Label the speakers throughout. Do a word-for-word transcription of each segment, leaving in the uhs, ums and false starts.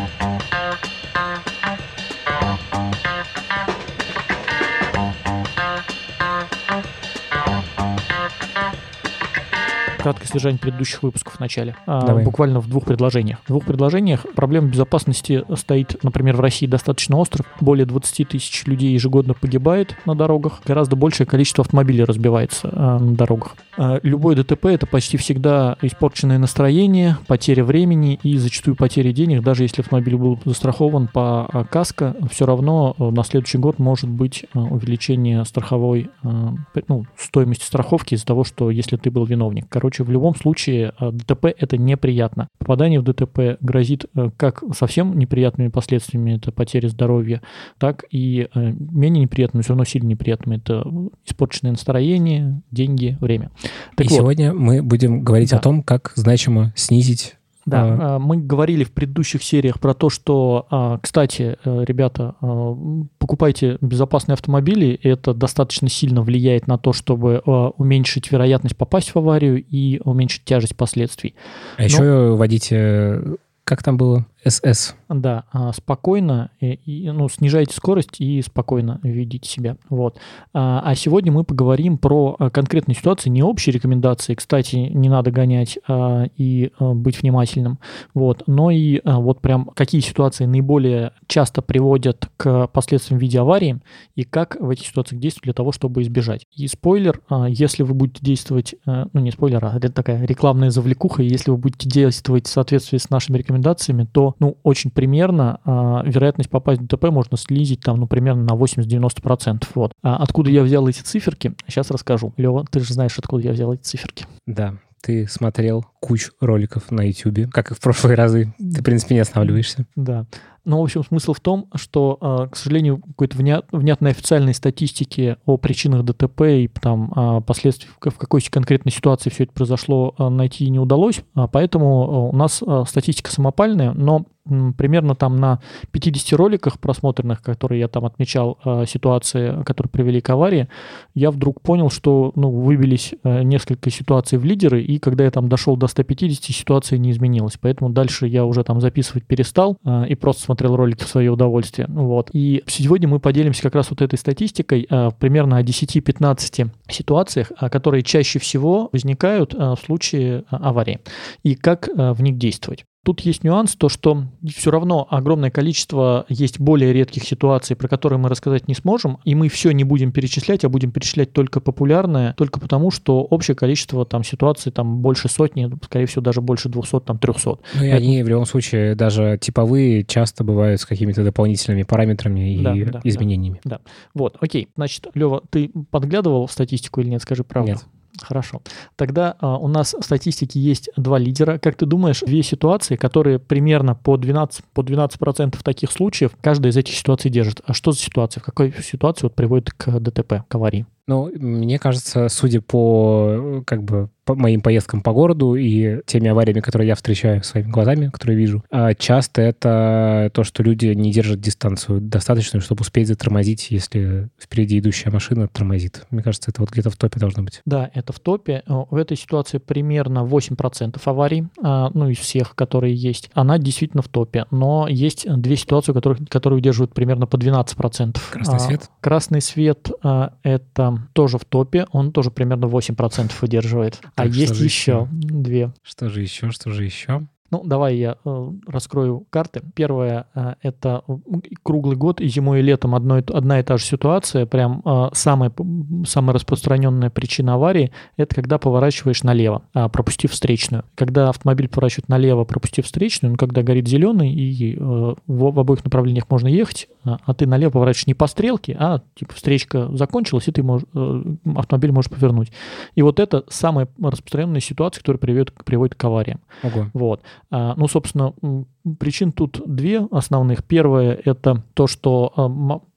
Speaker 1: Краткое содержание предыдущих выпусков в начале. Давай. Буквально в двух предложениях. В двух предложениях проблема безопасности стоит, например, в России достаточно остро. Более двадцать тысяч людей ежегодно погибает на дорогах. Гораздо большее количество автомобилей разбивается э, на дорогах. Э, любой ДТП — это почти всегда испорченное настроение, потеря времени и зачастую потеря денег. Даже если автомобиль был застрахован по э, каско, все равно э, на следующий год может быть э, увеличение страховой э, ну, стоимости страховки из-за того, что если ты был виновник. Короче, в любом случае ДТП — это неприятно. Попадание в ДТП грозит как совсем неприятными последствиями, это потеря здоровья, так и менее неприятными, но все равно сильно неприятными. Это испорченное настроение, деньги, время. Так
Speaker 2: и
Speaker 1: вот,
Speaker 2: сегодня мы будем говорить
Speaker 1: да.
Speaker 2: о том, как значимо снизить.
Speaker 1: Да, мы говорили в предыдущих сериях про то, что, кстати, ребята, покупайте безопасные автомобили, это достаточно сильно влияет на то, чтобы уменьшить вероятность попасть в аварию и уменьшить тяжесть последствий.
Speaker 2: А Но... еще водите, как там было, эс эс.
Speaker 1: Да, спокойно, и, и, ну, снижайте скорость и спокойно ведите себя. Вот. А, а сегодня мы поговорим про конкретные ситуации, не общие рекомендации, кстати, не надо гонять а, и а, быть внимательным, вот, но и а, вот прям какие ситуации наиболее часто приводят к последствиям в виде аварии и как в этих ситуациях действовать для того, чтобы избежать. И спойлер, а, если вы будете действовать, а, ну не спойлер, а это такая рекламная завлекуха, если вы будете действовать в соответствии с нашими рекомендациями, то ну, очень примерно а, вероятность попасть в ДТП можно снизить там, ну, примерно на восемьдесят-девяносто процентов. Вот. А откуда я взял эти циферки, сейчас расскажу. Лева, ты же знаешь, откуда я взял эти циферки.
Speaker 2: Да, ты смотрел кучу роликов на YouTube, как и в прошлые разы. Ты, в принципе, не останавливаешься.
Speaker 1: Да. Но, в общем, смысл в том, что, к сожалению, какой-то внятной официальной статистики о причинах ДТП и там последствиях, в какой конкретной ситуации все это произошло, найти не удалось. Поэтому у нас статистика самопальная, но примерно там на пятидесяти роликах просмотренных, которые я там отмечал, ситуации, которые привели к аварии, я вдруг понял, что ну, выбились несколько ситуаций в лидеры, и когда я там дошел до ста пятидесяти, ситуация не изменилась. Поэтому дальше я уже там записывать перестал и просто смотрел ролики в свое удовольствие. Вот. И сегодня мы поделимся как раз вот этой статистикой примерно о десяти-пятнадцати ситуациях, которые чаще всего возникают в случае аварии, и как в них действовать. Тут есть нюанс, то что все равно огромное количество есть более редких ситуаций, про которые мы рассказать не сможем, и мы все не будем перечислять, а будем перечислять только популярное, только потому, что общее количество там ситуаций там больше сотни, скорее всего, даже больше двухсот, там трехсот.
Speaker 2: Ну и Поэтому... они в любом случае даже типовые часто бывают с какими-то дополнительными параметрами и
Speaker 1: да, да,
Speaker 2: изменениями.
Speaker 1: Да, да. Вот, окей. Значит, Лева, ты подглядывал в статистику или нет? Скажи правду.
Speaker 2: Нет.
Speaker 1: Хорошо. Тогда а, у нас в статистике есть два лидера. Как ты думаешь, две ситуации, которые примерно по двенадцать, по двенадцать процентов таких случаев, каждая из этих ситуаций держит. А что за ситуация? В какой ситуации вот приводит к ДТП, к аварии?
Speaker 2: Ну, мне кажется, судя по, как бы, по моим поездкам по городу и теми авариями, которые я встречаю своими глазами, которые вижу, часто это то, что люди не держат дистанцию достаточную, чтобы успеть затормозить, если впереди идущая машина тормозит. Мне кажется, это вот где-то в топе должно быть.
Speaker 1: Да, это в топе. В этой ситуации примерно восемь процентов аварий, ну, из всех, которые есть. Она действительно в топе. Но есть две ситуации, которые, которые удерживают примерно по двенадцать процентов.
Speaker 2: Красный свет?
Speaker 1: Красный свет — это тоже в топе, он тоже примерно восемь процентов выдерживает. Так, а есть еще, еще две.
Speaker 2: Что же еще, что же еще?
Speaker 1: Ну, давай я э, раскрою карты. Первое э, — это круглый год, и зимой, и летом одно, одна и та же ситуация. Прям э, самая, самая распространенная причина аварии — это когда поворачиваешь налево, э, пропустив встречную. Когда автомобиль поворачивает налево, пропустив встречную, ну, когда горит зеленый, и э, в, в обоих направлениях можно ехать, э, а ты налево поворачиваешь не по стрелке, а типа встречка закончилась, и ты можешь, э, автомобиль можешь повернуть. И вот это самая распространенная ситуация, которая приводит, приводит к авариям.
Speaker 2: Ого.
Speaker 1: Вот. Ну, собственно, причин тут две основных. Первое — это то, что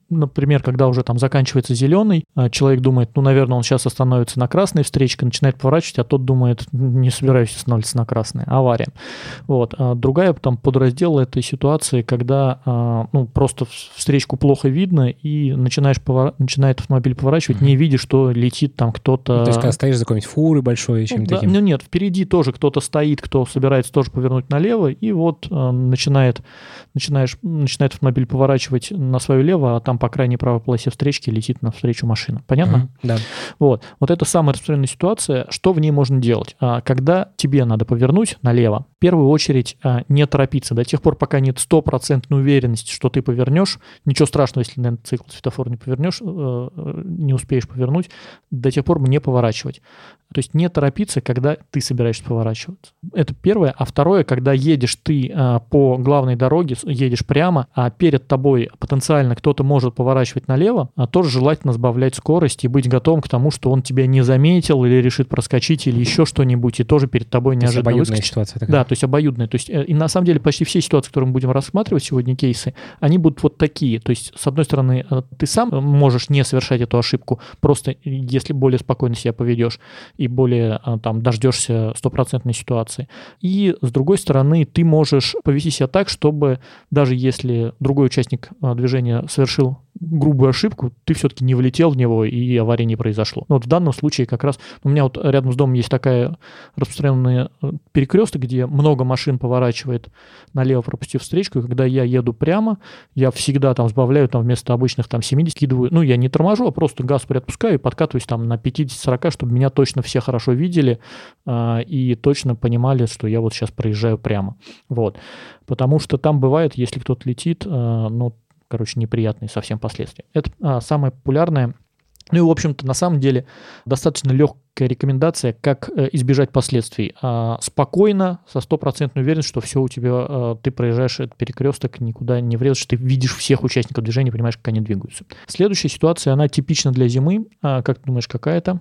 Speaker 1: например, когда уже там заканчивается зеленый, человек думает, ну, наверное, он сейчас остановится на красной встречке, начинает поворачивать, а тот думает, не собираюсь останавливаться на красной, авария. Вот. А другая там подраздел этой ситуации, когда ну, просто встречку плохо видно, и начинаешь повор... начинает автомобиль поворачивать, mm-hmm. не видя, что летит там кто-то...
Speaker 2: Ну, то есть, когда стоишь за какой-нибудь фурой большой и чем-то
Speaker 1: ну,
Speaker 2: таким?
Speaker 1: Да, ну, нет, впереди тоже кто-то стоит, кто собирается тоже повернуть налево, и вот э, начинает, начинаешь, начинает автомобиль поворачивать на свое лево, а там по крайней правой полосе встречки летит навстречу машина. Понятно?
Speaker 2: Mm-hmm. Да.
Speaker 1: Вот. Вот это самая распространенная ситуация. Что в ней можно делать? А, когда тебе надо повернуть налево, в первую очередь а, не торопиться. До тех пор, пока нет стопроцентной уверенности, что ты повернешь, ничего страшного, если на цикл светофора не повернешь, э, не успеешь повернуть, до тех пор не поворачивать. То есть не торопиться, когда ты собираешься поворачиваться. Это первое. А второе, когда едешь ты а, по главной дороге, едешь прямо, а перед тобой потенциально кто-то может поворачивать налево, а тоже желательно сбавлять скорость и быть готовым к тому, что он тебя не заметил или решит проскочить, или еще что-нибудь, и тоже перед тобой неожиданно
Speaker 2: обоюдная
Speaker 1: выскочит.
Speaker 2: Ситуация такая.
Speaker 1: Да, то есть обоюдная. То есть, и на самом деле почти все ситуации, которые мы будем рассматривать сегодня, кейсы, они будут вот такие. То есть, с одной стороны, ты сам можешь не совершать эту ошибку, просто если более спокойно себя поведешь и более там дождешься стопроцентной ситуации. И, с другой стороны, ты можешь повести себя так, чтобы даже если другой участник движения совершил грубую ошибку, ты все-таки не влетел в него, и аварии не произошло. Но вот в данном случае как раз... У меня вот рядом с домом есть такая распространенная перекресток, где много машин поворачивает налево, пропустив встречку, и когда я еду прямо, я всегда там сбавляю, там вместо обычных там семьдесят кидываю, ну, я не торможу, а просто газ приотпускаю и подкатываюсь там на пятьдесят-сорок, чтобы меня точно все хорошо видели э, и точно понимали, что я вот сейчас проезжаю прямо. Вот. Потому что там бывает, если кто-то летит, э, ну, короче, неприятные совсем последствия. Это а, самое популярное. Ну и, в общем-то, на самом деле достаточно легкая рекомендация, как э, избежать последствий. А, спокойно, со стопроцентной уверенностью, что все у тебя, а, ты проезжаешь этот перекресток, никуда не врежешь, ты видишь всех участников движения, понимаешь, как они двигаются. Следующая ситуация, она типична для зимы. А, как ты думаешь, какая это?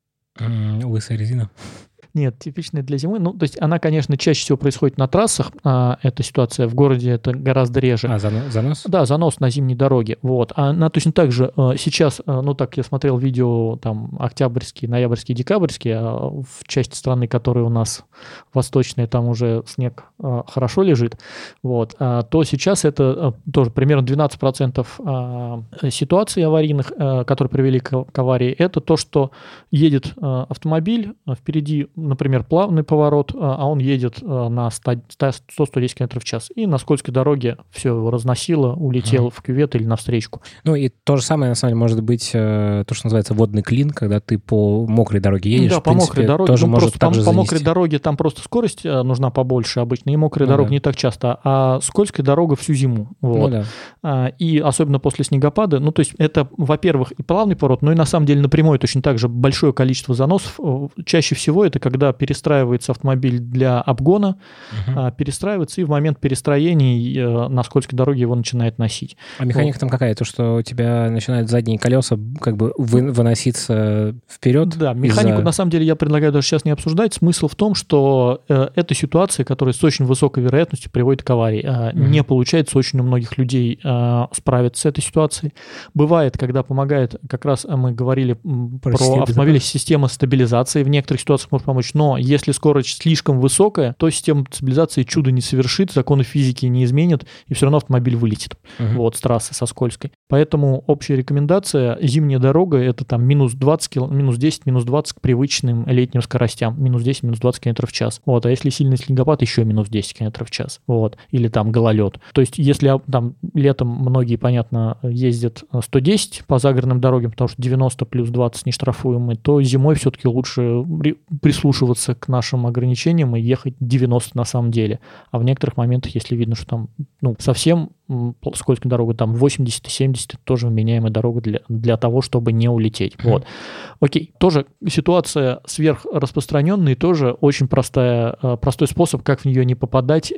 Speaker 2: Лысая резина.
Speaker 1: Нет, типичная для зимы. Ну, то есть она, конечно, чаще всего происходит на трассах. А, эта ситуация в городе это гораздо реже.
Speaker 2: А, занос?
Speaker 1: Да, занос на зимней дороге. Вот. А она точно так же а, сейчас, а, ну так, я смотрел видео там октябрьские, ноябрьские, декабрьские, а в части страны, которая у нас восточная, там уже снег а, хорошо лежит. Вот. А, то сейчас это а, тоже примерно двенадцать процентов а, ситуаций аварийных, а, которые привели к, к аварии, это то, что едет а, автомобиль, а впереди, например, плавный поворот, а он едет на сто - сто - сто десять км в час. И на скользкой дороге все его разносило, улетел mm. в кювет или на встречку.
Speaker 2: Ну и то же самое, на самом деле, может быть, то, что называется водный клин, когда ты по мокрой дороге едешь.
Speaker 1: Да,
Speaker 2: в
Speaker 1: по
Speaker 2: принципе,
Speaker 1: мокрой дороге.
Speaker 2: Тоже
Speaker 1: ну,
Speaker 2: может
Speaker 1: просто
Speaker 2: так
Speaker 1: по,
Speaker 2: же
Speaker 1: по
Speaker 2: занести.
Speaker 1: мокрой дороге там просто скорость нужна побольше обычно, и мокрая
Speaker 2: ну,
Speaker 1: дорога
Speaker 2: да.
Speaker 1: не так часто, а скользкая дорога всю зиму. Вот.
Speaker 2: Ну, да.
Speaker 1: И особенно после снегопада, ну то есть это, во-первых, и плавный поворот, но и на самом деле напрямую точно так же большое количество заносов. Чаще всего это когда перестраивается автомобиль для обгона, uh-huh. перестраивается, и в момент перестроений на скользкой дороге его начинает носить.
Speaker 2: А механика вот. Там какая? То, что у тебя начинают задние колеса как бы вы, выноситься вперед?
Speaker 1: Да, механику
Speaker 2: из-за...
Speaker 1: на самом деле я предлагаю даже сейчас не обсуждать. Смысл в том, что э, эта ситуация, которая с очень высокой вероятностью приводит к аварии. Э, uh-huh. Не получается очень у многих людей э, справиться с этой ситуацией. Бывает, когда помогает, как раз мы говорили про, про автомобили, система стабилизации в некоторых ситуациях может помочь, но если скорость слишком высокая, то система стабилизации чудо не совершит, законы физики не изменят, и все равно автомобиль вылетит uh-huh. вот, с трассы, со скользкой. Поэтому общая рекомендация: зимняя дорога — это там минус двадцать, минус десять, минус двадцать к привычным летним скоростям, минус десять, минус двадцать км в час. Вот. А если сильный снегопад, еще минус десять км в час. Вот. Или там гололед. То есть если там летом многие, понятно, ездят сто десять по загородным дорогам, потому что девяносто плюс двадцать не штрафуемый, то зимой все-таки лучше прислушиваться к нашим ограничениям и ехать девяносто на самом деле. А в некоторых моментах, если видно, что там ну, совсем скользкая дорога, там восемьдесят и семьдесят, это тоже вменяемая дорога для, для того, чтобы не улететь. Mm-hmm. Вот. Окей, тоже ситуация сверхраспространенная, и тоже очень простая, простой способ, как в нее не попадать,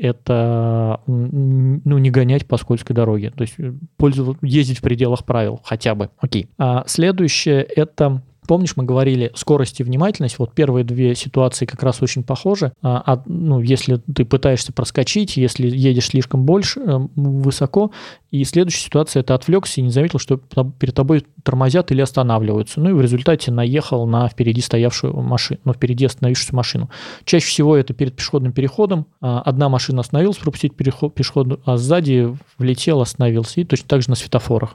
Speaker 1: это ну, не гонять по скользкой дороге. То есть пользоваться, ездить в пределах правил хотя бы. Окей. А следующее — это Помнишь, мы говорили скорость и внимательность, вот первые две ситуации как раз очень похожи. А, а, ну, если ты пытаешься проскочить, если едешь слишком больше, высоко, и следующая ситуация – это отвлекся и не заметил, что перед тобой тормозят или останавливаются. Ну и в результате наехал на впереди стоявшую машину, ну, впереди остановившуюся машину. Чаще всего это перед пешеходным переходом. Одна машина остановилась пропустить переход, пешеход, а сзади влетел, остановился. И точно так же на светофорах.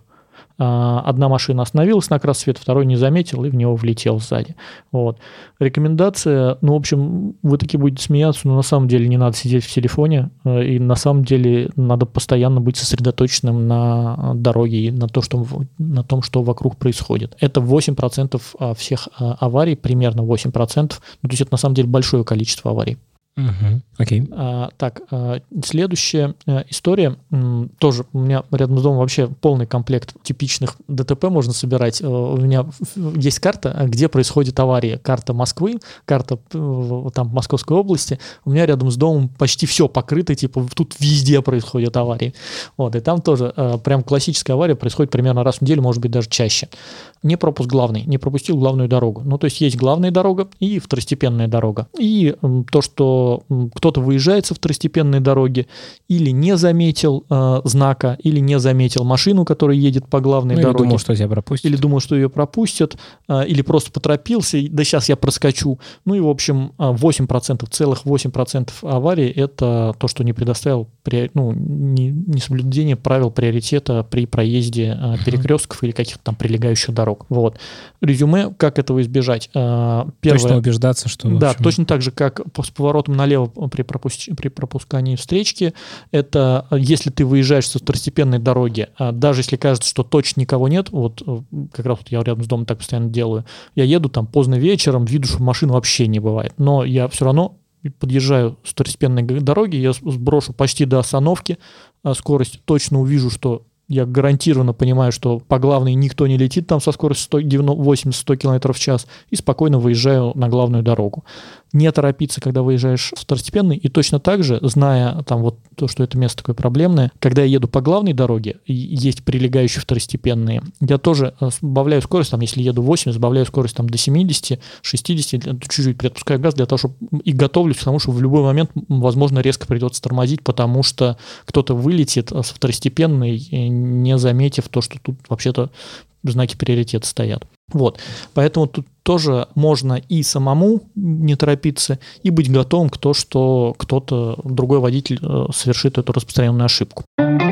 Speaker 1: Одна машина остановилась на красный свет, второй не заметил и в него влетел сзади. Вот. Рекомендация, ну, в общем, вы таки будете смеяться, но на самом деле не надо сидеть в телефоне, и на самом деле надо постоянно быть сосредоточенным на дороге и на, то, что, на том, что вокруг происходит. Это восемь процентов всех аварий, примерно восемь процентов, ну, то есть это на самом деле большое количество аварий.
Speaker 2: Угу. Окей.
Speaker 1: А, так, а, следующая а, история. М, тоже у меня рядом с домом вообще полный комплект типичных ДТП можно собирать. А, у меня есть карта, где происходит авария. Карта Москвы, карта а, там Московской области. У меня рядом с домом почти все покрыто, типа тут везде происходят аварии. Вот, и там тоже а, прям классическая авария происходит примерно раз в неделю, может быть даже чаще. Не пропуск главный, не пропустил главную дорогу. Ну, то есть есть главная дорога и второстепенная дорога. И м, то, что кто-то выезжает со второстепенной дороги или не заметил э, знака, или не заметил машину, которая едет по главной
Speaker 2: ну,
Speaker 1: дороге.
Speaker 2: Или думал, что тебя пропустят.
Speaker 1: Или думал, что ее пропустят, э, или просто поторопился, да сейчас я проскочу. Ну и, в общем, восемь процентов, целых восемь процентов аварий – это то, что не предоставил, ну, не, не соблюдение правил приоритета при проезде э, перекрестков или каких-то там прилегающих дорог. Вот. Резюме, как этого избежать. Э, первое,
Speaker 2: точно убеждаться, что…
Speaker 1: Да,
Speaker 2: общем...
Speaker 1: точно так же, как с поворотом налево при, пропуск... при пропускании встречки, это если ты выезжаешь со второстепенной дороги, даже если кажется, что точно никого нет, вот как раз вот я рядом с домом так постоянно делаю, я еду там поздно вечером, виду, что машин вообще не бывает, но я все равно подъезжаю с второстепенной дороги, я сброшу почти до остановки скорость, точно увижу, что я гарантированно понимаю, что по главной никто не летит там со скоростью восемьдесят-сто км в час, и спокойно выезжаю на главную дорогу. Не торопиться, когда выезжаешь второстепенный, и точно так же, зная там вот то, что это место такое проблемное, когда я еду по главной дороге, и есть прилегающие второстепенные, я тоже сбавляю скорость, там, если еду восемьдесят, сбавляю скорость там до семидесяти, шестидесяти, чуть-чуть приотпускаю газ для того, чтобы и готовлюсь к тому, что в любой момент, возможно, резко придется тормозить, потому что кто-то вылетит с второстепенной, не заметив то, что тут вообще-то знаки приоритета стоят. Вот. Поэтому тут тоже можно и самому не торопиться, и быть готовым к тому, что кто-то, другой водитель совершит эту распространенную ошибку.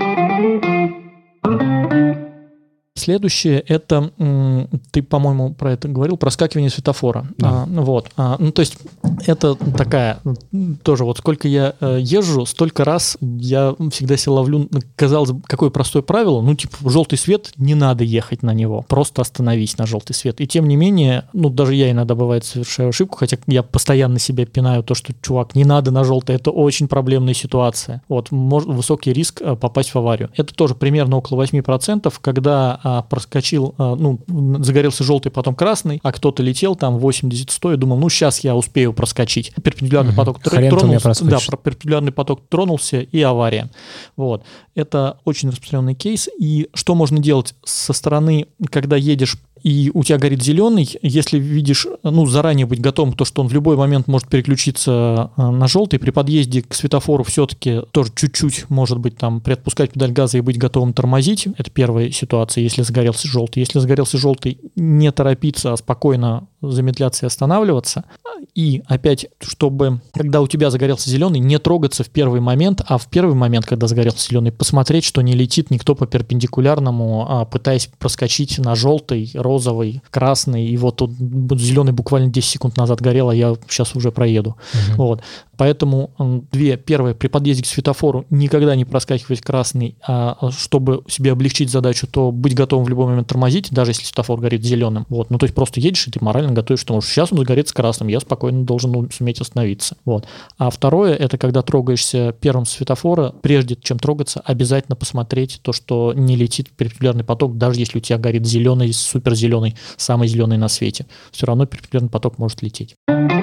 Speaker 1: Следующее – это, ты, по-моему, про это говорил, проскакивание светофора.
Speaker 2: Да.
Speaker 1: А, вот. А, ну, то есть это такая, тоже вот сколько я езжу, столько раз я всегда себя ловлю, казалось бы, какое простое правило, ну, типа, желтый свет, не надо ехать на него, просто остановись на желтый свет. И тем не менее, ну, даже я иногда, бывает, совершаю ошибку, хотя я постоянно себя пинаю то, что, чувак, не надо на желтый, это очень проблемная ситуация. Вот, может, высокий риск попасть в аварию. Это тоже примерно около восемь процентов, когда проскочил, ну, загорелся желтый, потом красный, а кто-то летел там восемьдесят-сто и думал, ну, сейчас я успею проскочить. Перпендикулярный угу. поток тр- тронулся. Да, перпендикулярный поток тронулся и авария. Вот. Это очень распространенный кейс. И что можно делать со стороны, когда едешь и у тебя горит зеленый, если видишь, ну, заранее быть готовым, то, что он в любой момент может переключиться на желтый, при подъезде к светофору все-таки тоже чуть-чуть, может быть, там, приотпускать педаль газа и быть готовым тормозить. Это первая ситуация, если загорелся желтый. Если загорелся желтый, не торопиться, а спокойно замедляться и останавливаться. И опять, чтобы, когда у тебя загорелся зеленый, не трогаться в первый момент, а в первый момент, когда загорелся зеленый, посмотреть, что не летит никто по перпендикулярному, а пытаясь проскочить на желтый, розовый, красный, и вот тут зеленый буквально десять секунд назад горел, а я сейчас уже проеду. Uh-huh. Вот. Поэтому две. Первое, при подъезде к светофору никогда не проскакивать красный, а чтобы себе облегчить задачу, то быть готовым в любой момент тормозить, даже если светофор горит зеленым. Вот. Ну, то есть просто едешь, и ты морально готовишь, что сейчас он загорится красным, я спокойно должен суметь остановиться. Вот. А второе, это когда трогаешься первым с светофора, прежде чем трогаться, обязательно посмотреть то, что не летит перпендикулярный поток, даже если у тебя горит зеленый, суперзеленый, самый зеленый на свете. Все равно перпендикулярный поток может лететь.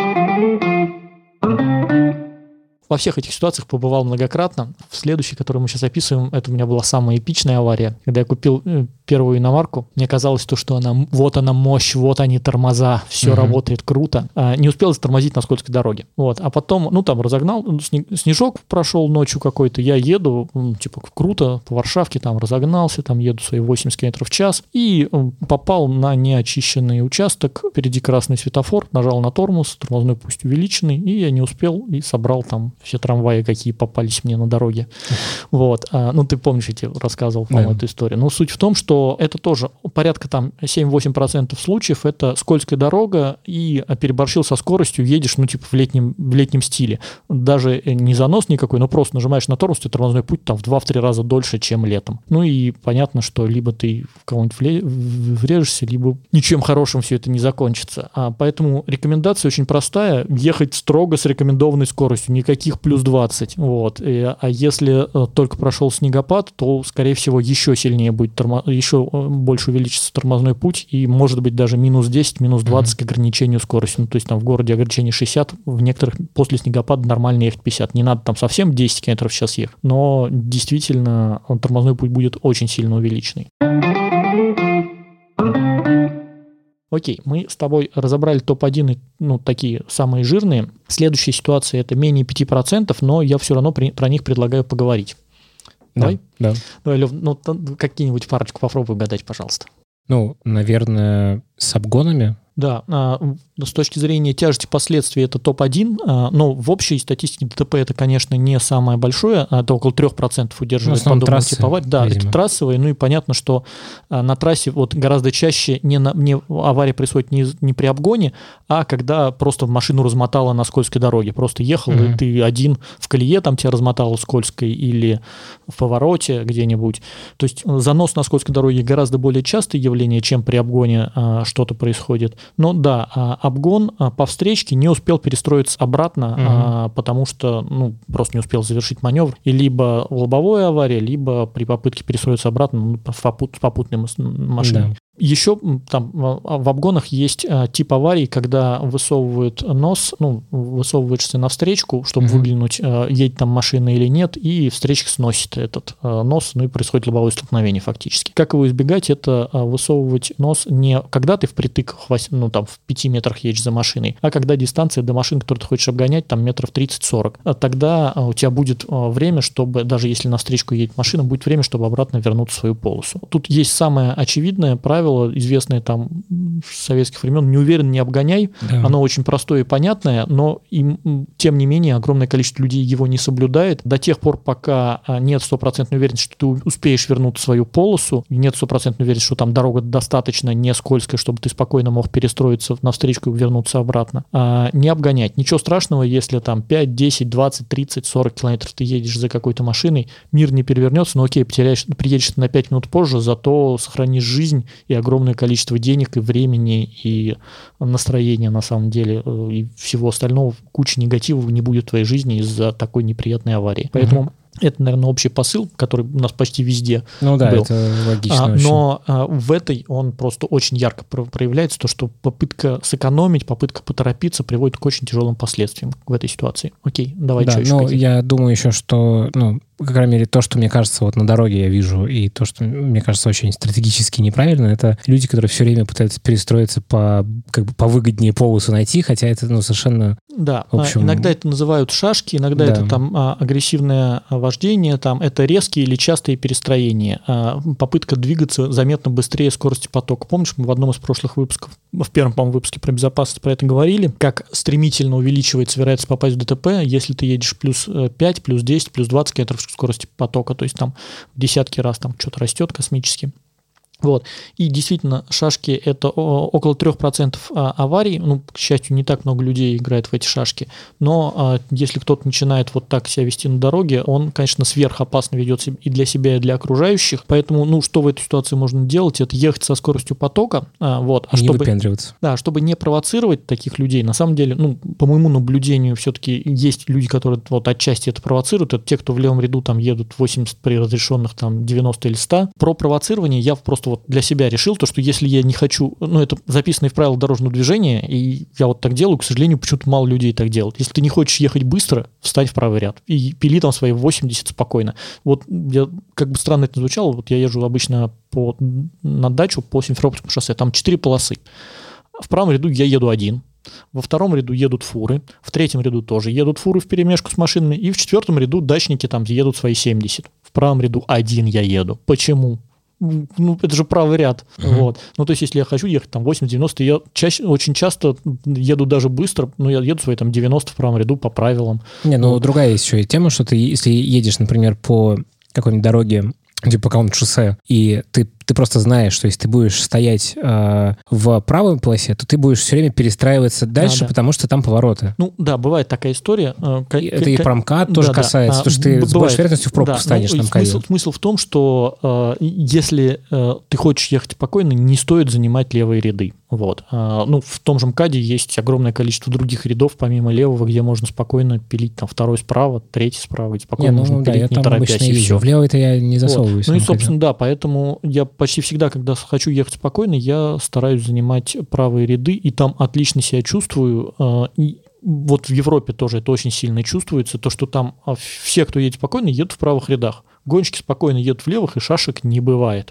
Speaker 1: Во всех этих ситуациях побывал многократно. В следующей, которую мы сейчас описываем, это у меня была самая эпичная авария, когда я купил первую иномарку. Мне казалось то, что она, вот она мощь, вот они тормоза, все угу. работает круто. А, не успел затормозить на скользкой дороге. Вот. А потом, ну там разогнал, снежок прошел ночью какой-то, я еду, ну, типа круто, по Варшавке там разогнался, там еду свои восемьдесят километров в час и попал на неочищенный участок, впереди красный светофор, нажал на тормоз, тормозной пусть увеличенный, и я не успел и собрал там все трамваи, какие попались мне на дороге. Вот. А, ну, ты помнишь, я тебе рассказывал, по-моему, эту историю. Но суть в том, что это тоже порядка там семь-восемь процентов случаев это скользкая дорога и переборщил со скоростью, едешь, ну, типа в летнем, в летнем стиле. Даже не занос никакой, но просто нажимаешь на тормоз, и тормозной путь там в два-три раза дольше, чем летом. Ну и понятно, что либо ты в кого-нибудь врежешься, либо ничем хорошим все это не закончится. А поэтому рекомендация очень простая: ехать строго с рекомендованной скоростью, никаких плюс двадцать. Вот. И, а если только прошел снегопад, то, скорее всего, еще сильнее будет, тормо... еще больше увеличится тормозной путь, и может быть даже минус десять, минус двадцать mm-hmm. к ограничению скорости. Ну, то есть там в городе ограничение шестьдесят, в некоторых после снегопада нормально ехать пятьдесят. Не надо там совсем десять километров в час ехать, но действительно тормозной путь будет очень сильно увеличенный. Окей, мы с тобой разобрали топ один, ну, такие самые жирные. Следующая ситуация — это менее пять процентов, но я все равно при, про них предлагаю поговорить.
Speaker 2: Да,
Speaker 1: Давай?
Speaker 2: Да.
Speaker 1: Давай, Лев, ну, какие-нибудь парочку попробуй угадать, пожалуйста.
Speaker 2: Ну, наверное, с обгонами.
Speaker 1: Да, с точки зрения тяжести последствий это топ один, но в общей статистике ДТП это, конечно, не самое большое, это около трех процентов удерживает
Speaker 2: ну,
Speaker 1: подобного типа аварий. Да, видимо. Это трассовые, ну и понятно, что на трассе вот гораздо чаще не, на, не авария происходит не, не при обгоне, а когда просто машину размотало на скользкой дороге. Просто ехал, mm-hmm. и ты один в колее, там тебя размотало скользкой, или в повороте где-нибудь. То есть занос на скользкой дороге гораздо более частое явление, чем при обгоне а, что-то происходит. Но да, обгон по встречке не успел перестроиться обратно, угу. а, потому что ну, просто не успел завершить маневр. И либо лобовая авария, либо при попытке перестроиться обратно ну, с попутной машиной. Да. Еще там в обгонах есть а, тип аварий, когда высовывают нос, ну, высовываешься на встречку, чтобы mm-hmm. выглянуть, а, едет там машина или нет, и встречка сносит этот а, нос, ну и происходит лобовое столкновение фактически. Как его избегать? Это а, высовывать нос не когда ты впритык, ну там в пяти метрах едешь за машиной, а когда дистанция до машин, которую ты хочешь обгонять, там метров тридцать-сорок. А тогда а, у тебя будет а, время, чтобы, даже если на встречку едет машина, будет время, чтобы обратно вернуться в свою полосу. Тут есть самое очевидное правило, известное там с советских времен: не уверен, не обгоняй. Да. Оно очень простое и понятное, но им, тем не менее огромное количество людей его не соблюдает. До тех пор, пока нет стопроцентной уверенности, что ты успеешь вернуть свою полосу, нет стопроцентной уверенности, что там дорога достаточно не скользкая, чтобы ты спокойно мог перестроиться на встречку и вернуться обратно. А, не обгонять. Ничего страшного, если там пять, десять, двадцать, тридцать, сорок километров ты едешь за какой-то машиной, мир не перевернется, но окей, потеряешь, приедешь на пять минут позже, зато сохранишь жизнь и огромное количество денег и времени, и настроения, на самом деле, и всего остального, куча негатива не будет в твоей жизни из-за такой неприятной аварии. Поэтому угу. это, наверное, общий посыл, который у нас почти везде
Speaker 2: ну, да,
Speaker 1: был.
Speaker 2: Это логично
Speaker 1: а,
Speaker 2: очень.
Speaker 1: Но а, в этой он просто очень ярко проявляется, то, что попытка сэкономить, попытка поторопиться приводит к очень тяжелым последствиям в этой ситуации. Окей, давай
Speaker 2: да,
Speaker 1: что еще
Speaker 2: ну,
Speaker 1: хотите?
Speaker 2: Я думаю еще, что, ну, по крайней мере, то, что мне кажется вот на дороге я вижу, и то, что мне кажется очень стратегически неправильно, это люди, которые все время пытаются перестроиться по, как бы, повыгоднее полосу найти, хотя это, ну, совершенно...
Speaker 1: Да,
Speaker 2: в общем...
Speaker 1: иногда это называют шашки, иногда да. это там агрессивное вождение, там это резкие или частые перестроения, попытка двигаться заметно быстрее скорости потока. Помнишь, мы в одном из прошлых выпусков, в первом, по-моему, выпуске про безопасность про это говорили, как стремительно увеличивается вероятность попасть в ДТП, если ты едешь плюс пять, плюс десять, плюс двадцать километров скорости потока, то есть там в десятки раз там что-то растет космически. Вот. И действительно, шашки — это около трех процентов аварий. Ну, к счастью, не так много людей играет в эти шашки. Но а, если кто-то начинает вот так себя вести на дороге, он, конечно, сверхопасно ведет себя и для себя, и для окружающих. Поэтому, ну, что в этой ситуации можно делать? Это ехать со скоростью потока. А, вот, а
Speaker 2: не
Speaker 1: чтобы,
Speaker 2: выпендриваться.
Speaker 1: Да, чтобы не провоцировать таких людей. На самом деле, ну, по моему наблюдению, все-таки есть люди, которые вот отчасти это провоцируют. Это те, кто в левом ряду там едут восемьдесят при разрешенных там девяносто или сто. Про провоцирование я просто просто вот для себя решил, то, что если я не хочу, ну, это записано в правилах дорожного движения, и я вот так делаю, к сожалению, почему-то мало людей так делают. Если ты не хочешь ехать быстро, встань в правый ряд и пили там свои восемьдесят спокойно. Вот я, как бы странно это звучало, вот я езжу обычно по, на дачу по Симферопольскому шоссе, там четыре полосы. В правом ряду я еду один, во втором ряду едут фуры, в третьем ряду тоже едут фуры вперемешку с машинами, и в четвертом ряду дачники там едут свои семьдесят. В правом ряду один я еду. Почему? Ну, это же правый ряд. Uh-huh. Вот. Ну, то есть, если я хочу ехать там восемьдесят-девяносто, я чаще, очень часто еду даже быстро, но я еду свои там девяносто в правом ряду по правилам.
Speaker 2: Не, ну, вот. Другая есть еще и тема, что ты, если едешь, например, по какой-нибудь дороге, типа по какому-то шоссе, и ты, ты просто знаешь, что если ты будешь стоять э, в правой полосе, то ты будешь все время перестраиваться дальше, а, да. потому что там повороты.
Speaker 1: Ну да, бывает такая история. Э,
Speaker 2: к- это к- и про МКАД тоже да, касается, да, потому что ты бывает. С большей вероятностью в пробку да, встанешь ну, на МКАДе.
Speaker 1: Смысл, смысл в том, что э, если э, ты хочешь ехать спокойно, не стоит занимать левые ряды. Вот. А, ну, в том же МКАДе есть огромное количество других рядов, помимо левого, где можно спокойно пилить там второй справа, третий справа, и спокойно не, ну, можно да, пилить, не торопясь, и все.
Speaker 2: В левый-то я не засовываюсь.
Speaker 1: Вот. Ну и, собственно, да, поэтому я почти всегда, когда хочу ехать спокойно, я стараюсь занимать правые ряды, и там отлично себя чувствую. И вот в Европе тоже это очень сильно чувствуется, то, что там все, кто едет спокойно, едут в правых рядах. Гонщики спокойно едут в левых, и шашек не бывает.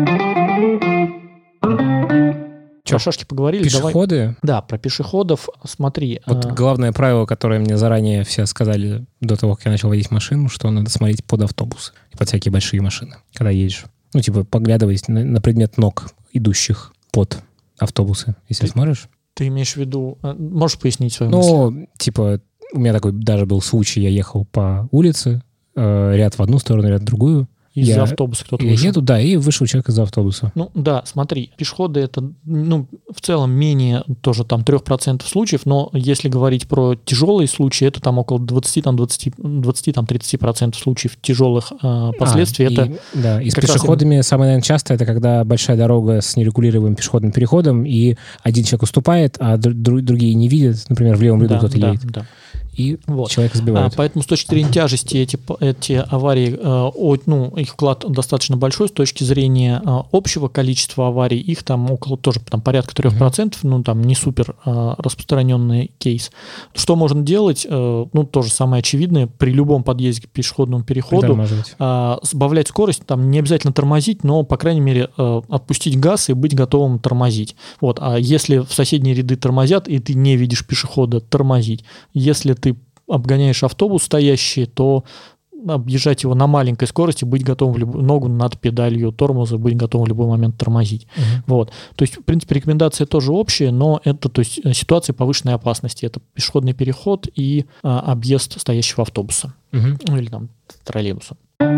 Speaker 1: Про шашки поговорили.
Speaker 2: Пешеходы?
Speaker 1: Давай. Да, про пешеходов. Смотри.
Speaker 2: Вот а... главное правило, которое мне заранее все сказали до того, как я начал водить машину, что надо смотреть под автобусы и под всякие большие машины, когда едешь. Ну, типа, поглядывать на, на предмет ног, идущих под автобусы, если ты, смотришь.
Speaker 1: Ты имеешь в виду... Можешь пояснить свою
Speaker 2: ну, мысль? Ну, типа, у меня такой даже был случай, я ехал по улице, э, ряд в одну сторону, ряд в другую.
Speaker 1: Из-за
Speaker 2: я,
Speaker 1: автобуса кто-то
Speaker 2: я
Speaker 1: вышел.
Speaker 2: Я еду, да, и вышел человек из автобуса.
Speaker 1: Ну да, смотри, пешеходы это, ну, в целом менее тоже там три процента случаев, но если говорить про тяжелые случаи, это там около двадцать-тридцать процентов случаев тяжелых э, последствий.
Speaker 2: А,
Speaker 1: это
Speaker 2: и, да, и с пешеходами раз... самое, наверное, часто это когда большая дорога с нерегулируемым пешеходным переходом, и один человек уступает, а дру- другие не видят, например, в левом ряду да, кто-то
Speaker 1: да,
Speaker 2: едет.
Speaker 1: Да.
Speaker 2: И
Speaker 1: вот.
Speaker 2: человек сбивает.
Speaker 1: А, поэтому с точки зрения тяжести эти, эти аварии, э, о, ну, их вклад достаточно большой. С точки зрения э, общего количества аварий, их там около тоже там, порядка три процента, mm-hmm. ну там не супер э, распространенный кейс. Что можно делать? Э, ну, то же самое очевидное. При любом подъезде к пешеходному переходу э, сбавлять скорость, там не обязательно тормозить, но, по крайней мере, э, отпустить газ и быть готовым тормозить. Вот. А если в соседние ряды тормозят, и ты не видишь пешехода, тормозить. Если ты обгоняешь автобус стоящий, то объезжать его на маленькой скорости, быть готовым в любую ногу над педалью тормоза, быть готовым в любой момент тормозить. Uh-huh. Вот. То есть, в принципе, рекомендация тоже общая, но это то есть, ситуация повышенной опасности. Это пешеходный переход и а, объезд стоящего автобуса. Uh-huh. Ну, или там троллейбуса.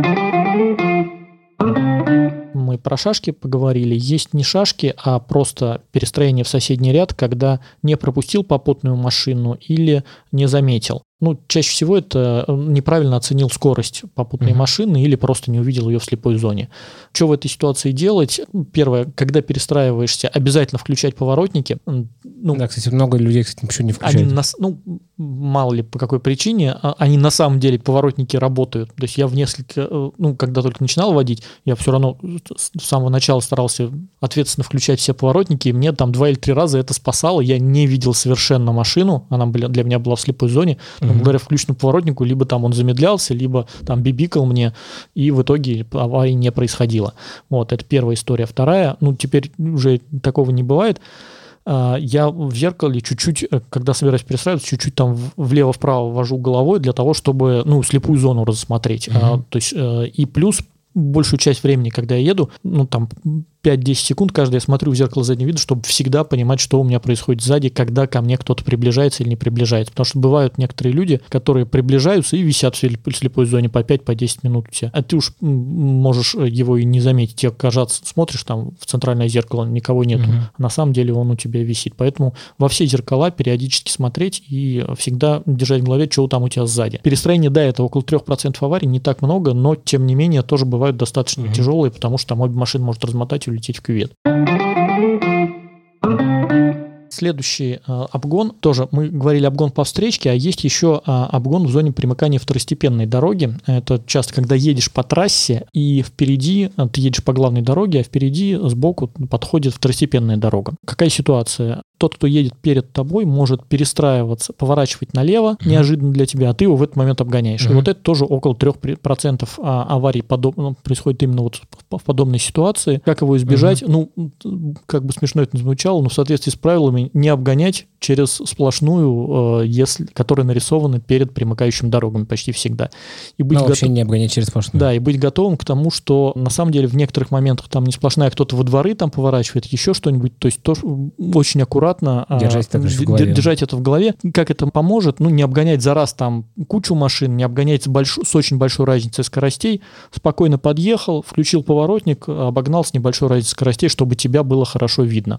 Speaker 1: Мы про шашки поговорили. Есть не шашки, а просто перестроение в соседний ряд, когда не пропустил попутную машину или не заметил. Ну, чаще всего это неправильно оценил скорость попутной uh-huh. машины или просто не увидел ее в слепой зоне. Что в этой ситуации делать? Первое, когда перестраиваешься, обязательно включать поворотники. Ну,
Speaker 2: да, кстати, много людей, кстати, почему не включают.
Speaker 1: Они на, ну, мало ли по какой причине, они на самом деле, поворотники работают. То есть я в несколько, ну, когда только начинал водить, я все равно с самого начала старался ответственно включать все поворотники, и мне там два или три раза это спасало. Я не видел совершенно машину, она для меня была в слепой зоне, но благодаря включенному поворотнику либо там он замедлялся, либо там бибикал мне, и в итоге аварии не происходило. Вот, это первая история. Вторая, ну, теперь уже такого не бывает. Я в зеркале чуть-чуть, когда собираюсь перестраиваться, чуть-чуть там влево-вправо вожу головой для того, чтобы, ну, слепую зону рассмотреть. Mm-hmm. То есть, и плюс большую часть времени, когда я еду, ну, там, пять-десять секунд каждый я смотрю в зеркало заднего вида, чтобы всегда понимать, что у меня происходит сзади, когда ко мне кто-то приближается или не приближается. Потому что бывают некоторые люди, которые приближаются и висят в слепой зоне по пять-десять минут у тебя. А ты уж можешь его и не заметить. Тебе кажется, смотришь там в центральное зеркало, никого нету. Uh-huh. А на самом деле он у тебя висит. Поэтому во все зеркала периодически смотреть и всегда держать в голове, что там у тебя сзади. Перестроение, да, это около три процента аварий, не так много, но тем не менее тоже бывают достаточно uh-huh. тяжелые, потому что там обе машины может размотать и улететь в кювет. Следующий а, обгон, тоже мы говорили обгон по встречке, а есть еще а, обгон в зоне примыкания второстепенной дороги. Это часто, когда едешь по трассе, и впереди, а, ты едешь по главной дороге, а впереди сбоку подходит второстепенная дорога. Какая ситуация? Тот, кто едет перед тобой, может перестраиваться, поворачивать налево mm-hmm. неожиданно для тебя, а ты его в этот момент обгоняешь. Mm-hmm. И вот это тоже около трех процентов аварий подоб... ну, происходит именно вот в подобной ситуации. Как его избежать? Mm-hmm. Ну, как бы смешно это ни звучало, но в соответствии с правилами не обгонять через сплошную, если, которая нарисована перед примыкающими дорогами почти всегда. И быть
Speaker 2: ну,
Speaker 1: готов...
Speaker 2: вообще не обгонять через сплошную.
Speaker 1: Да, и быть готовым к тому, что на самом деле в некоторых моментах там не сплошная, кто-то во дворы там поворачивает, еще что-нибудь. То есть тоже очень аккуратно
Speaker 2: держать,
Speaker 1: а,
Speaker 2: в голове.
Speaker 1: держать это в голове. Как это поможет? Ну, не обгонять за раз там кучу машин, не обгонять с, больш... с очень большой разницей скоростей. Спокойно подъехал, включил поворотник, обогнал с небольшой разницей скоростей, чтобы тебя было хорошо видно.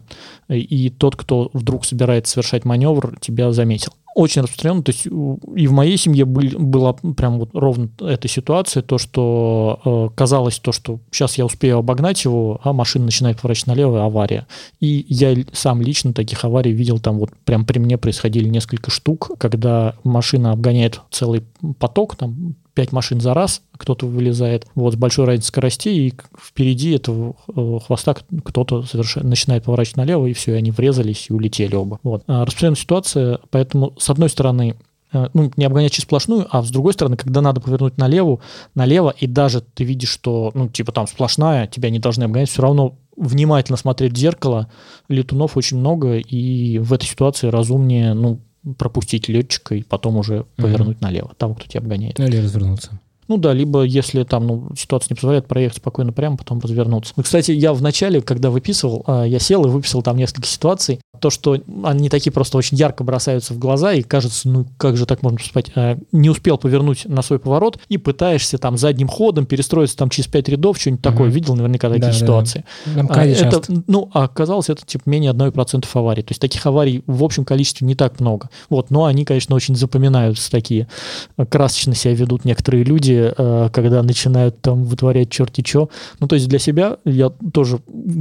Speaker 1: И тот, кто вдруг собирается совершать маневр, тебя заметил. Очень распространенно, то есть и в моей семье был, была прям вот ровно эта ситуация, то, что э, казалось, то, что сейчас я успею обогнать его, а машина начинает поворачивать налево, авария. И я сам лично таких аварий видел, там вот прям при мне происходили несколько штук, когда машина обгоняет целый поток, там пять машин за раз, кто-то вылезает вот, с большой разницей скоростей, и впереди этого э, хвоста кто-то совершенно начинает поворачивать налево, и все, и они врезались и улетели оба. Вот. А распространенная ситуация, поэтому, с одной стороны, э, ну, не обгонять через сплошную, а с другой стороны, когда надо повернуть налево, налево, и даже ты видишь, что, ну, типа там сплошная, тебя не должны обгонять, все равно внимательно смотреть в зеркало, летунов очень много, и в этой ситуации разумнее, ну, пропустить летчика и потом уже повернуть mm-hmm. налево, того, кто тебя обгоняет.
Speaker 2: Или развернуться.
Speaker 1: Ну да, либо если там ну, ситуация не позволяет, проехать спокойно прямо, потом развернуться. Ну, кстати, я в начале, когда выписывал, я сел и выписал там несколько ситуаций. То, что они такие просто очень ярко бросаются в глаза, и кажется, ну как же так можно поступать? Не успел повернуть на свой поворот, и пытаешься там задним ходом перестроиться там через пять рядов, что-нибудь mm-hmm. такое. Видел наверняка такие да, ситуации.
Speaker 2: Да.
Speaker 1: А, это, ну, а оказалось, это типа менее одного процента аварий. То есть таких аварий в общем количестве не так много. Вот, но они, конечно, очень запоминаются такие. Красочно себя ведут некоторые люди, когда начинают там вытворять черти чё. Ну, то есть для себя я тоже,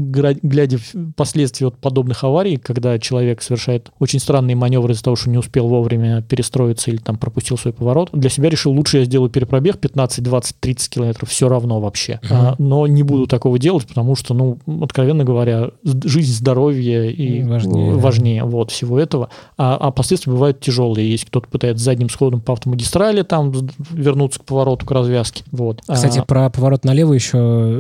Speaker 1: глядя в последствия от подобных аварий, когда человек совершает очень странные маневры из-за того, что не успел вовремя перестроиться или там пропустил свой поворот, для себя решил, лучше я сделаю перепробег пятнадцать, двадцать, тридцать километров, все равно вообще. Uh-huh. А, но не буду такого делать, потому что, ну, откровенно говоря, жизнь, здоровье и важнее, важнее да. вот, всего этого. А, а последствия бывают тяжелые. Если кто-то пытается задним сходом по автомагистрали там вернуться к повороту, к развязке. Вот.
Speaker 2: Кстати, а, про поворот налево еще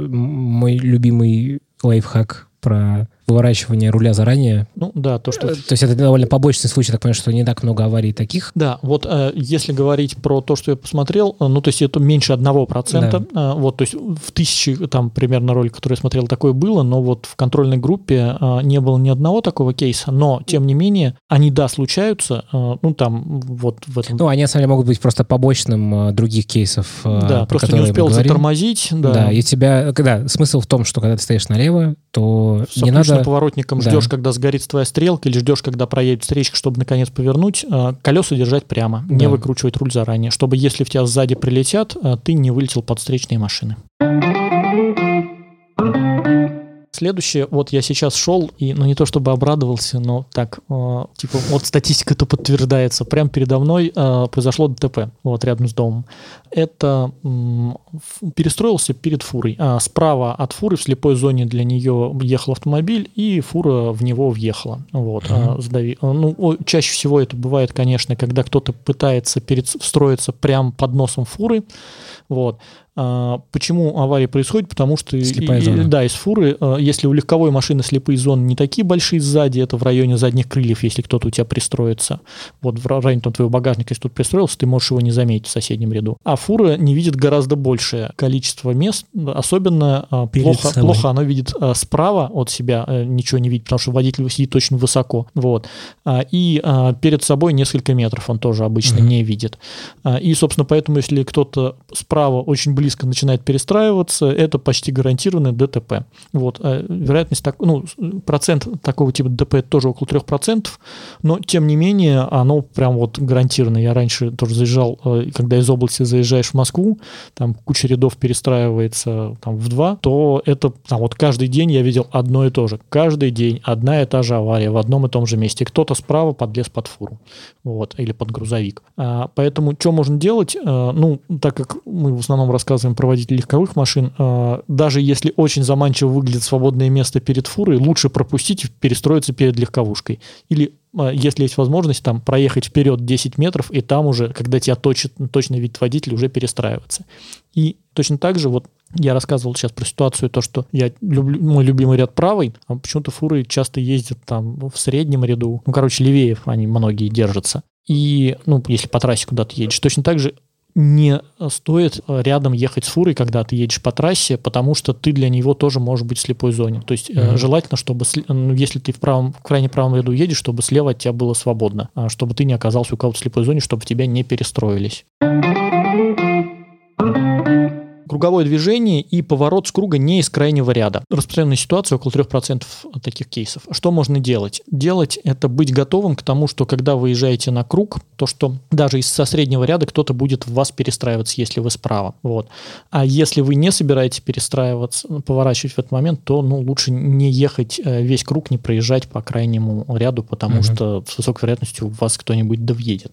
Speaker 2: мой любимый лайфхак про выворачивание руля заранее.
Speaker 1: Ну да, то, что...
Speaker 2: То есть это довольно побочный случай, так понимаю, что не так много аварий таких.
Speaker 1: Да, вот э, если говорить про то, что я посмотрел, э, ну то есть это меньше одного процента, да. э, вот, то есть в тысячи там примерно роликов, которые я смотрел, такое было, но вот в контрольной группе э, не было ни одного такого кейса, но тем не менее они, да, случаются, э, ну там вот в этом...
Speaker 2: Ну они на самом деле могут быть просто побочным э, других кейсов, э,
Speaker 1: да,
Speaker 2: про
Speaker 1: просто не успел затормозить. Да.
Speaker 2: да, и тебя, да, смысл в том, что когда ты стоишь налево, то
Speaker 1: с
Speaker 2: не надо...
Speaker 1: поворотником
Speaker 2: да.
Speaker 1: ждешь, когда сгорит твоя стрелка, или ждешь, когда проедет встречка, чтобы наконец повернуть, колеса держать прямо, да. не выкручивать руль заранее, чтобы если в тебя сзади прилетят, ты не вылетел под встречные машины. Следующее, вот я сейчас шел, и, ну, не то чтобы обрадовался, но так, э, типа, вот статистика-то подтверждается. Прямо передо мной э, произошло ДТП, вот, рядом с домом. Это э, перестроился перед фурой. А справа от фуры в слепой зоне для нее ехал автомобиль, и фура в него въехала. Вот, mm-hmm. э, сдави... ну, о, чаще всего это бывает, конечно, когда кто-то пытается перед... встроиться прямо под носом фуры, вот. А, почему авария происходит? Потому что
Speaker 2: слепая
Speaker 1: и,
Speaker 2: зона.
Speaker 1: Да, из фуры, если у легковой машины слепые зоны не такие большие сзади, это в районе задних крыльев, если кто-то у тебя пристроится. Вот в районе там, твоего багажника, если тут пристроился, ты можешь его не заметить в соседнем ряду. А фура не видит гораздо большее количество мест, особенно плохо, плохо она видит справа от себя, ничего не видит, потому что водитель сидит очень высоко. Вот. И перед собой несколько метров он тоже обычно mm-hmm. не видит. И, собственно, поэтому, если кто-то справа очень близко близко начинает перестраиваться, это почти гарантированное ДТП. Вот. А вероятность, так, ну, процент такого типа ДТП тоже около трех процентов, но, тем не менее, оно прям вот гарантированно. Я раньше тоже заезжал, когда из области заезжаешь в Москву, там куча рядов перестраивается там, в два, то это там, вот каждый день я видел одно и то же. Каждый день одна и та же авария в одном и том же месте. Кто-то справа подлез под фуру, вот, или под грузовик. А, поэтому что можно делать? А, ну, так как мы в основном рассказываем про водителей легковых машин, а, даже если очень заманчиво выглядит свободное место перед фурой, лучше пропустить и перестроиться перед легковушкой. Или если есть возможность, там, проехать вперед десять метров, и там уже, когда тебя точит, точно видит водитель, уже перестраиваться. И точно так же, вот я рассказывал сейчас про ситуацию, то, что я люблю, мой любимый ряд правый, а почему-то фуры часто ездят там в среднем ряду, ну, короче, левее они многие держатся. И, ну, если по трассе куда-то едешь, точно так же не стоит рядом ехать с фурой, когда ты едешь по трассе, потому что ты для него тоже можешь быть в слепой зоне. То есть mm-hmm. желательно, чтобы, ну, если ты в, правом, в крайне правом ряду едешь, чтобы слева от тебя было свободно, чтобы ты не оказался у кого-то в слепой зоне, чтобы тебя не перестроились. Круговое движение и поворот с круга не из крайнего ряда. Распространенная ситуация, около трех процентов таких кейсов. Что можно делать? Делать – это быть готовым к тому, что когда вы выезжаете на круг, то что даже из со среднего ряда кто-то будет в вас перестраиваться, если вы справа. Вот. А если вы не собираетесь перестраиваться, поворачивать в этот момент, то ну, лучше не ехать весь круг, не проезжать по крайнему ряду, потому угу. что с высокой вероятностью в вас кто-нибудь да въедет.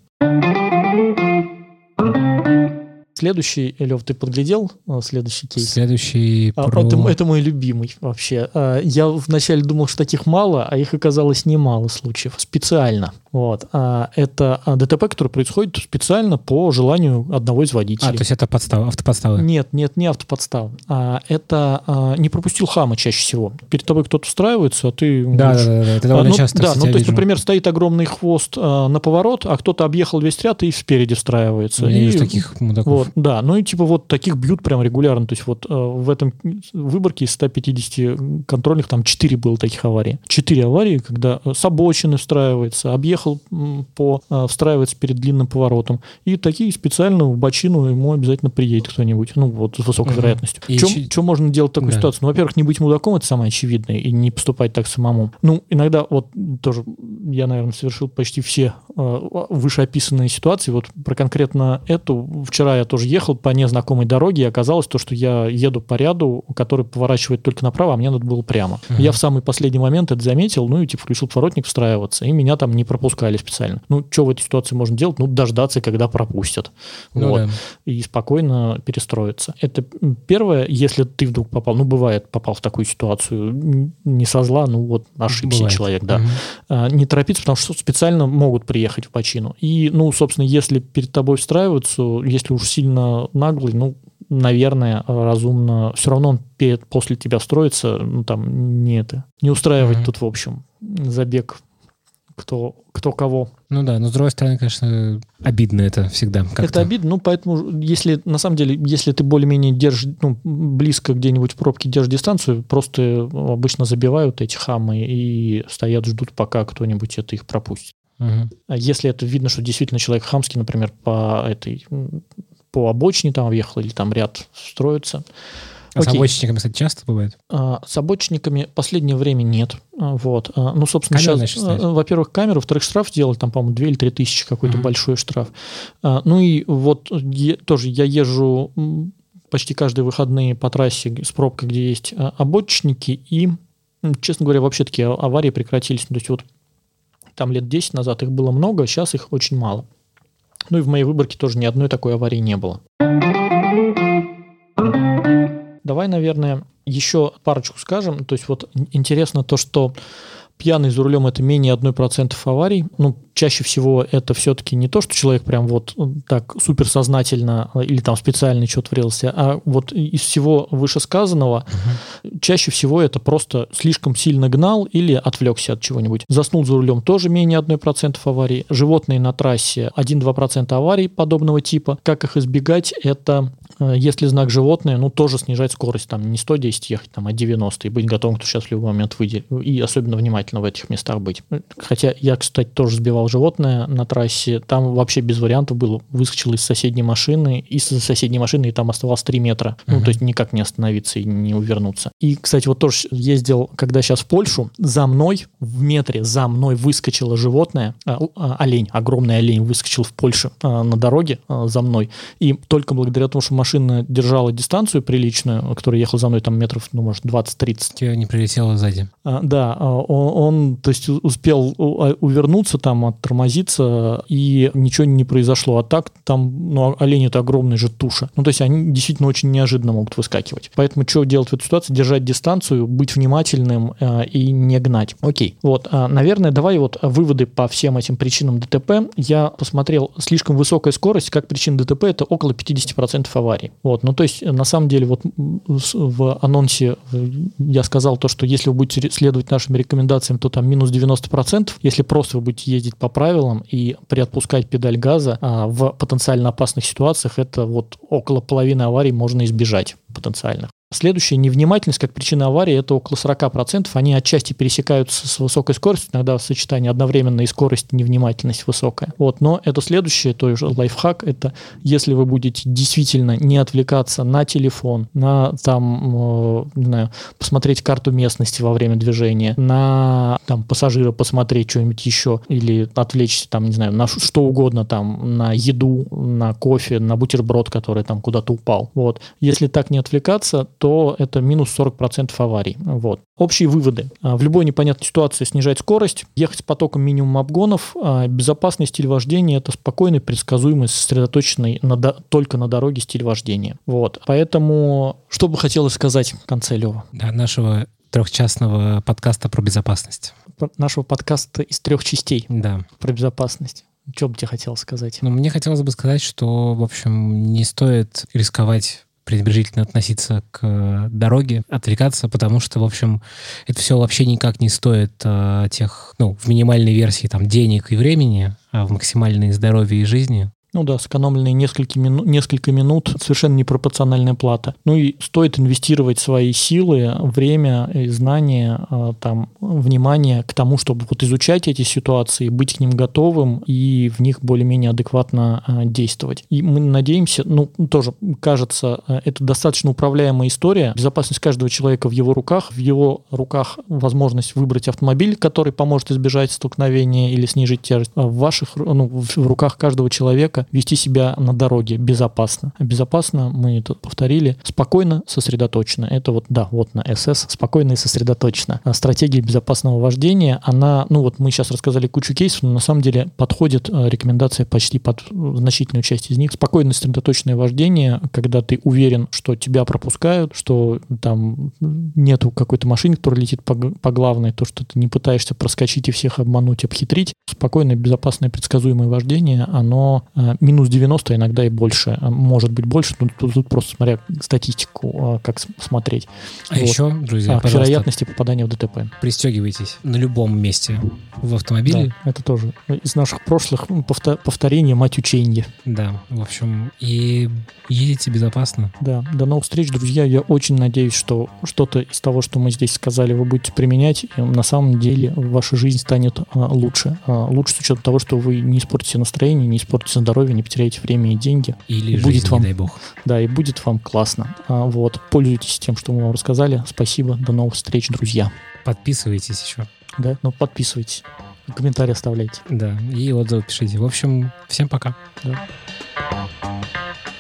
Speaker 1: Следующий, Лев, ты подглядел следующий кейс?
Speaker 2: Следующий
Speaker 1: а,
Speaker 2: про...
Speaker 1: это, это мой любимый вообще. А, я вначале думал, что таких мало, а их оказалось немало случаев. Специально. Вот. А, это ДТП, который происходит специально по желанию одного из водителей.
Speaker 2: А, то есть это подстава, автоподстава?
Speaker 1: Нет, нет, не автоподстава. А, это а, не пропустил хама чаще всего. Перед тобой кто-то устраивается, а ты...
Speaker 2: Да, да, да, да, это довольно
Speaker 1: а, ну,
Speaker 2: часто.
Speaker 1: Да, ну то
Speaker 2: вижу.
Speaker 1: есть, например, стоит огромный хвост а, на поворот, а кто-то объехал весь ряд и спереди встраивается.
Speaker 2: Я
Speaker 1: и,
Speaker 2: вижу таких мудаков.
Speaker 1: Вот, да, ну и типа вот таких бьют прям регулярно. То есть вот э, в этом выборке из ста пятидесяти контрольных там четыре было таких аварий. четыре аварии, когда с обочины встраивается, объехал по, э, встраивается перед длинным поворотом. И такие специально в бочину ему обязательно приедет кто-нибудь. Ну вот с высокой угу. вероятностью. Что ч... можно делать в такой да. ситуации? Ну, во-первых, не быть мудаком, это самое очевидное, и не поступать так самому. Ну, иногда вот тоже я, наверное, совершил почти все э, вышеописанные ситуации. Вот про конкретно эту. Вчера я тоже ехал по незнакомой дороге, и оказалось то, что я еду по ряду, который поворачивает только направо, а мне надо было прямо. Uh-huh. Я в самый последний момент это заметил, ну и типа включил поворотник встраиваться, и меня там не пропускали специально. Ну, что в этой ситуации можно делать? Ну, дождаться, когда пропустят. Ну, вот. Да. И спокойно перестроиться. Это первое, если ты вдруг попал, ну, бывает, попал в такую ситуацию, не со зла, ну, вот ошибся бывает. Человек, да. Uh-huh. Не торопиться, потому что специально могут приехать в бочину. И, ну, собственно, если перед тобой встраиваются, если уж сильно наглый, ну, наверное, разумно. Все равно он перед, после тебя строится, ну, там, не это. Не устраивать mm-hmm. тут, в общем, забег кто, кто кого.
Speaker 2: Ну да, но с другой стороны, конечно, обидно это всегда. Как-то.
Speaker 1: Это обидно, ну, поэтому, если, на самом деле, если ты более-менее держишь, ну, близко где-нибудь в пробке держишь дистанцию, просто обычно забивают эти хамы и стоят, ждут, пока кто-нибудь это их пропустит. Uh-huh. А если это видно, что действительно человек хамский, например, по этой по обочине там въехал или там ряд строится.
Speaker 2: А Окей. С обочинниками, кстати, часто бывает?
Speaker 1: А, с обочинниками в последнее время нет. А, вот. А, ну, собственно,
Speaker 2: камеры
Speaker 1: сейчас, а, во-первых, камеру, во-вторых, штраф сделали, там, по-моему, две или три тысячи, какой-то uh-huh. большой штраф. А, ну и вот е- тоже я езжу почти каждые выходные по трассе с пробкой, где есть а, обочинники, и, честно говоря, вообще такие аварии прекратились. То есть вот там лет десять назад их было много, сейчас их очень мало. Ну и в моей выборке тоже ни одной такой аварии не было. Давай, наверное, еще парочку скажем. То есть вот интересно то, что пьяный за рулем – это менее одного процента аварий. Ну, чаще всего это все-таки не то, что человек прям вот так суперсознательно или там специально что-то врезался, а вот из всего вышесказанного uh-huh. чаще всего это просто слишком сильно гнал или отвлекся от чего-нибудь. Заснул за рулем тоже менее одного процента аварий. Животные на трассе один-два процента аварий подобного типа. Как их избегать? Это Если знак животное, ну, тоже снижать скорость, там, не сто десять ехать, там, а девяносто, и быть готовым, кто сейчас в любой момент выйдет. И особенно внимательно в этих местах быть. Хотя я, кстати, тоже сбивал животное на трассе, там вообще без вариантов было. Выскочил из соседней машины, из соседней машины, и там оставалось три метра. Uh-huh. Ну, то есть никак не остановиться и не увернуться. И, кстати, вот тоже ездил, когда сейчас в Польшу, за мной, в метре за мной выскочило животное, а, а, олень, огромный олень выскочил в Польше а, на дороге а, за мной. И только благодаря тому, что машина держала дистанцию приличную, которая ехала за мной там метров, ну, может, двадцать-тридцать.
Speaker 2: Тебя не прилетело сзади.
Speaker 1: А, да, он, он, то есть, успел увернуться, там, оттормозиться, и ничего не произошло. А так, там, ну, олень — это огромная же туша. Ну, то есть, они действительно очень неожиданно могут выскакивать. Поэтому что делать в этой ситуации? Держать дистанцию, быть внимательным э, и не гнать. Окей. Вот, э, наверное, давай вот выводы по всем этим причинам ДТП. Я посмотрел, слишком высокая скорость, как причина ДТП, это около пятьдесят процентов аварий. Вот, ну, то есть, на самом деле, вот в анонсе я сказал то, что если вы будете следовать нашим рекомендациям, то там минус девяносто процентов. Если просто вы будете ездить по правилам и приотпускать педаль газа а, в потенциально опасных ситуациях, это вот около половины аварий можно избежать потенциальных. Следующая невнимательность как причина аварии — это около сорок процентов. Они отчасти пересекаются с высокой скоростью, иногда в сочетании одновременно и скорость, и невнимательность высокая. Вот, но это следующее, то же лайфхак, это если вы будете действительно не отвлекаться на телефон, на там, э, не знаю, посмотреть карту местности во время движения, на там пассажира посмотреть что-нибудь еще, или отвлечься там, не знаю, на что угодно, там, на еду, на кофе, на бутерброд, который там куда-то упал. Вот. Если так не отвлекаться, то это минус сорок процентов аварий. Вот. Общие выводы. В любой непонятной ситуации снижать скорость, ехать с потоком минимум обгонов. Безопасный стиль вождения — это спокойный, предсказуемый, сосредоточенный на до... только на дороге стиль вождения. Вот. Поэтому, что бы хотелось сказать в конце, Лева?
Speaker 2: Да, нашего трехчастного подкаста про безопасность.
Speaker 1: Нашего подкаста из трех частей.
Speaker 2: Да.
Speaker 1: Про безопасность. Что бы тебе хотелось сказать?
Speaker 2: Ну, мне хотелось бы сказать, что, в общем, не стоит рисковать пренебрежительно относиться к дороге, отвлекаться, потому что, в общем, это все вообще никак не стоит а, тех, ну, в минимальной версии там денег и времени, а в максимальной здоровья и жизни.
Speaker 1: Ну да, сэкономленные несколько, мину, несколько минут, совершенно непропорциональная плата. Ну и стоит инвестировать свои силы, время, и знания, там, внимание к тому, чтобы вот изучать эти ситуации, быть к ним готовым и в них более-менее адекватно действовать. И мы надеемся, ну, тоже кажется, это достаточно управляемая история. Безопасность каждого человека в его руках. В его руках возможность выбрать автомобиль, который поможет избежать столкновения или снизить тяжесть. В ваших, ну, в руках каждого человека вести себя на дороге безопасно. Безопасно, мы это повторили, спокойно, сосредоточенно. Это вот, да, вот на СС, спокойно и сосредоточенно. А стратегия безопасного вождения, она, ну вот мы сейчас рассказали кучу кейсов, но на самом деле подходит рекомендация почти под значительную часть из них. Спокойное, сосредоточенное вождение, когда ты уверен, что тебя пропускают, что там нету какой-то машины, которая летит по, по главной, то, что ты не пытаешься проскочить и всех обмануть, обхитрить. Спокойное, безопасное, предсказуемое вождение, оно минус девяносто, иногда и больше. Может быть больше, но тут, тут просто смотря статистику, как смотреть.
Speaker 2: А
Speaker 1: вот.
Speaker 2: еще, друзья,
Speaker 1: а, к вероятности попадания в ДТП.
Speaker 2: Пристегивайтесь на любом месте в автомобиле.
Speaker 1: Да, это тоже из наших прошлых повторений, мать ученья.
Speaker 2: Да, в общем, и едете безопасно.
Speaker 1: Да, до новых встреч, друзья. Я очень надеюсь, что что-то из того, что мы здесь сказали, вы будете применять, и на самом деле ваша жизнь станет а, лучше. А, лучше с учетом того, что вы не испортите настроение, не испортите здоровье, не потеряете время и деньги.
Speaker 2: Или
Speaker 1: и
Speaker 2: жизнь,
Speaker 1: будет вам,
Speaker 2: не дай бог.
Speaker 1: Да, и будет вам классно. А, вот, пользуйтесь тем, что мы вам рассказали. Спасибо, до новых встреч, друзья.
Speaker 2: Подписывайтесь еще.
Speaker 1: Да, ну подписывайтесь, комментарии оставляйте.
Speaker 2: Да, и отзывы пишите. В общем, всем пока.
Speaker 1: Да.